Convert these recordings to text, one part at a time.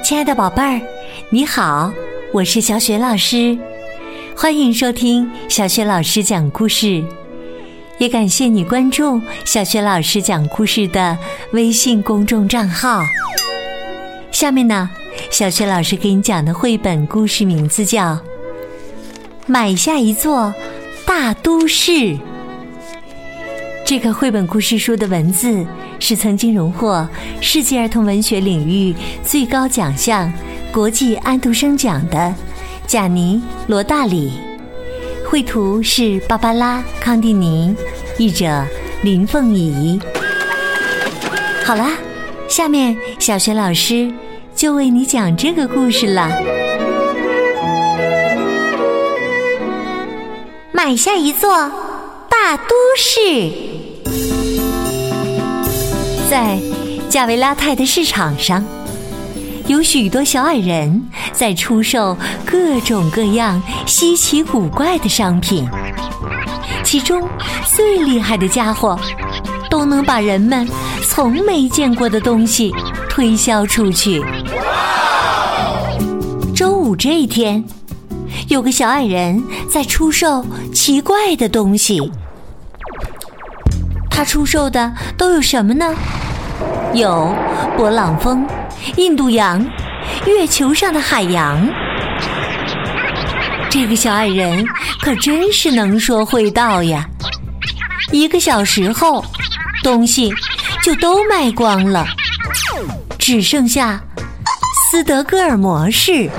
亲爱的宝贝儿，你好，我是小雪老师，欢迎收听小雪老师讲故事，也感谢你关注小雪老师讲故事的微信公众账号。下面呢，小雪老师给你讲的绘本故事名字叫《买下一座大都市》。这个绘本故事书的文字是曾经荣获世界儿童文学领域最高奖项国际安徒生奖的贾尼·罗大里，绘图是芭芭拉·康蒂尼，译者林凤仪。好啦，下面小雪老师就为你讲这个故事了。买下一座大都市。在加维拉泰的市场上，有许多小矮人在出售各种各样稀奇古怪的商品，其中最厉害的家伙都能把人们从没见过的东西推销出去。周五这一天，有个小矮人在出售奇怪的东西。他出售的都有什么呢？有勃朗峰、印度洋、月球上的海洋。这个小矮人可真是能说会道呀！1个小时后，东西就都卖光了，只剩下斯德哥尔摩市。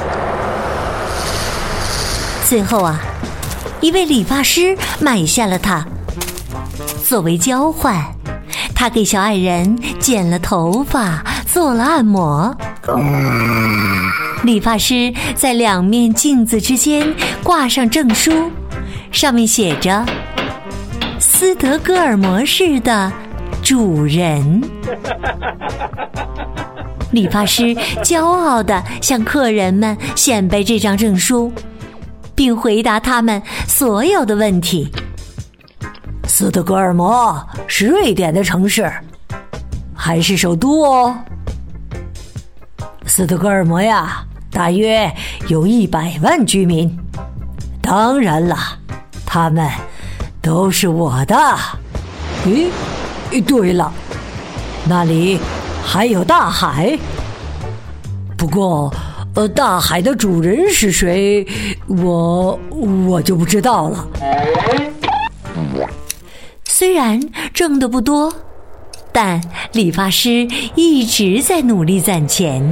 最后啊，一位理发师买下了它。作为交换，他给小矮人剪了头发，做了按摩。理发师在2面镜子之间挂上证书，上面写着斯德哥尔摩市的主人。理发师骄傲地向客人们显摆这张证书，并回答他们所有的问题。 斯德哥尔摩是瑞典的城市，还是首都哦。斯德哥尔摩呀，大约有100万居民。当然了，他们都是我的。咦，对了，那里还有大海。不过，大海的主人是谁，我就不知道了。 虽然挣得不多，但理发师一直在努力攒钱。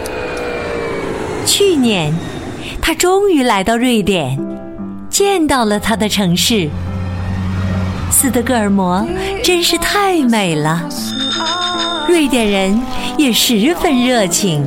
去年，他终于来到瑞典，见到了他的城市。斯德哥尔摩真是太美了，瑞典人也十分热情。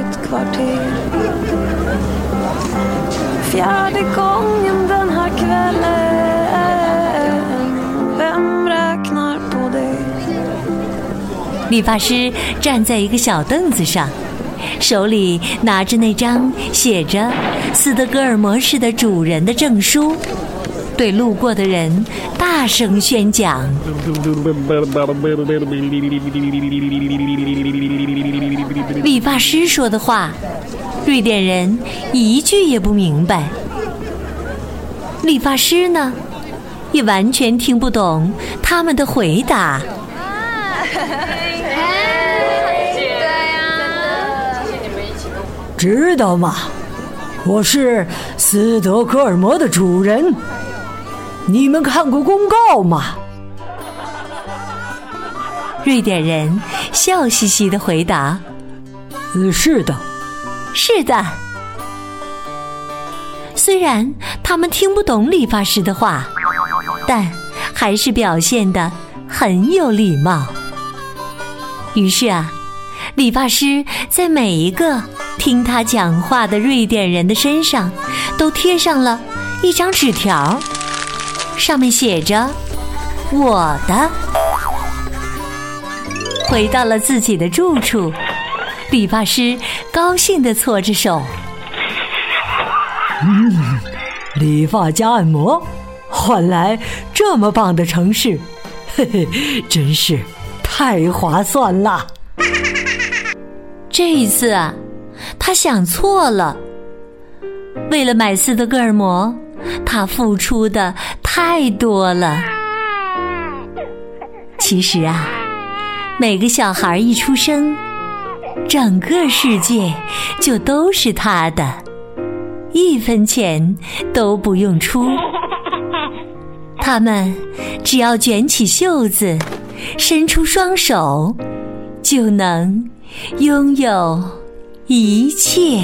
理发师站在一个小凳子上，手里拿着那张写着斯德哥尔摩市的主人的证书，对路过的人大声宣讲。理发师说的话，瑞典人一句也不明白。理发师呢，也完全听不懂他们的回答。 知道吗？我是斯德哥尔摩的主人。你们看过公告吗？ 瑞典人笑嘻嘻地回答： 是的， 是的。虽然他们听不懂理发师的话，但还是表现得很有礼貌。于是啊，理发师在每一个听他讲话的瑞典人的身上都贴上了一张纸条，上面写着我的。回到了自己的住处，理发师高兴地搓着手。 理发加按摩换来这么棒的城市，嘿嘿，真是太划算了。 这一次啊， 他想错了。为了买斯德哥尔摩，他付出的太多了。其实啊，每个小孩一出生，整个世界就都是他的，1分钱都不用出。他们只要卷起袖子，伸出双手，就能拥有一切。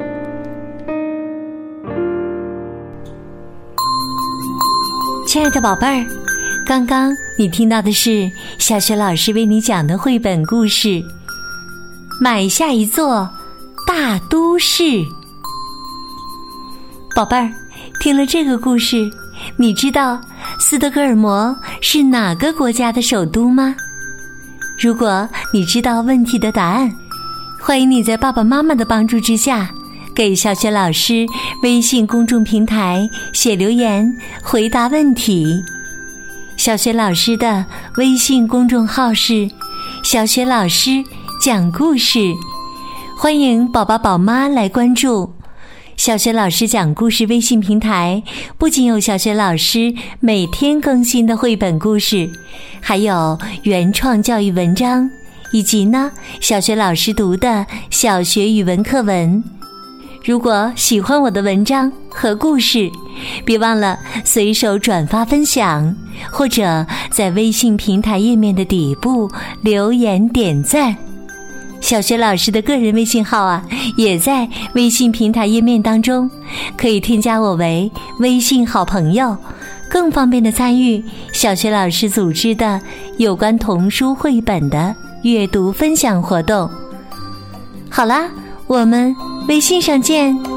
亲爱的宝贝儿，刚刚你听到的是小雪老师为你讲的绘本故事《买下一座大都市》。宝贝儿，听了这个故事，你知道斯德哥尔摩是哪个国家的首都吗？如果你知道问题的答案，欢迎你在爸爸妈妈的帮助之下，给小雪老师微信公众平台写留言回答问题。小雪老师的微信公众号是小雪老师讲故事，欢迎宝宝宝妈来关注。小雪老师讲故事微信平台不仅有小雪老师每天更新的绘本故事，还有原创教育文章，以及呢小雪老师读的小学语文课文。如果喜欢我的文章和故事，别忘了随手转发分享，或者在微信平台页面的底部留言点赞。小雪老师的个人微信号啊，也在微信平台页面当中，可以添加我为微信好朋友，更方便的参与小雪老师组织的有关童书绘本的阅读分享活动。好啦，我们微信上见。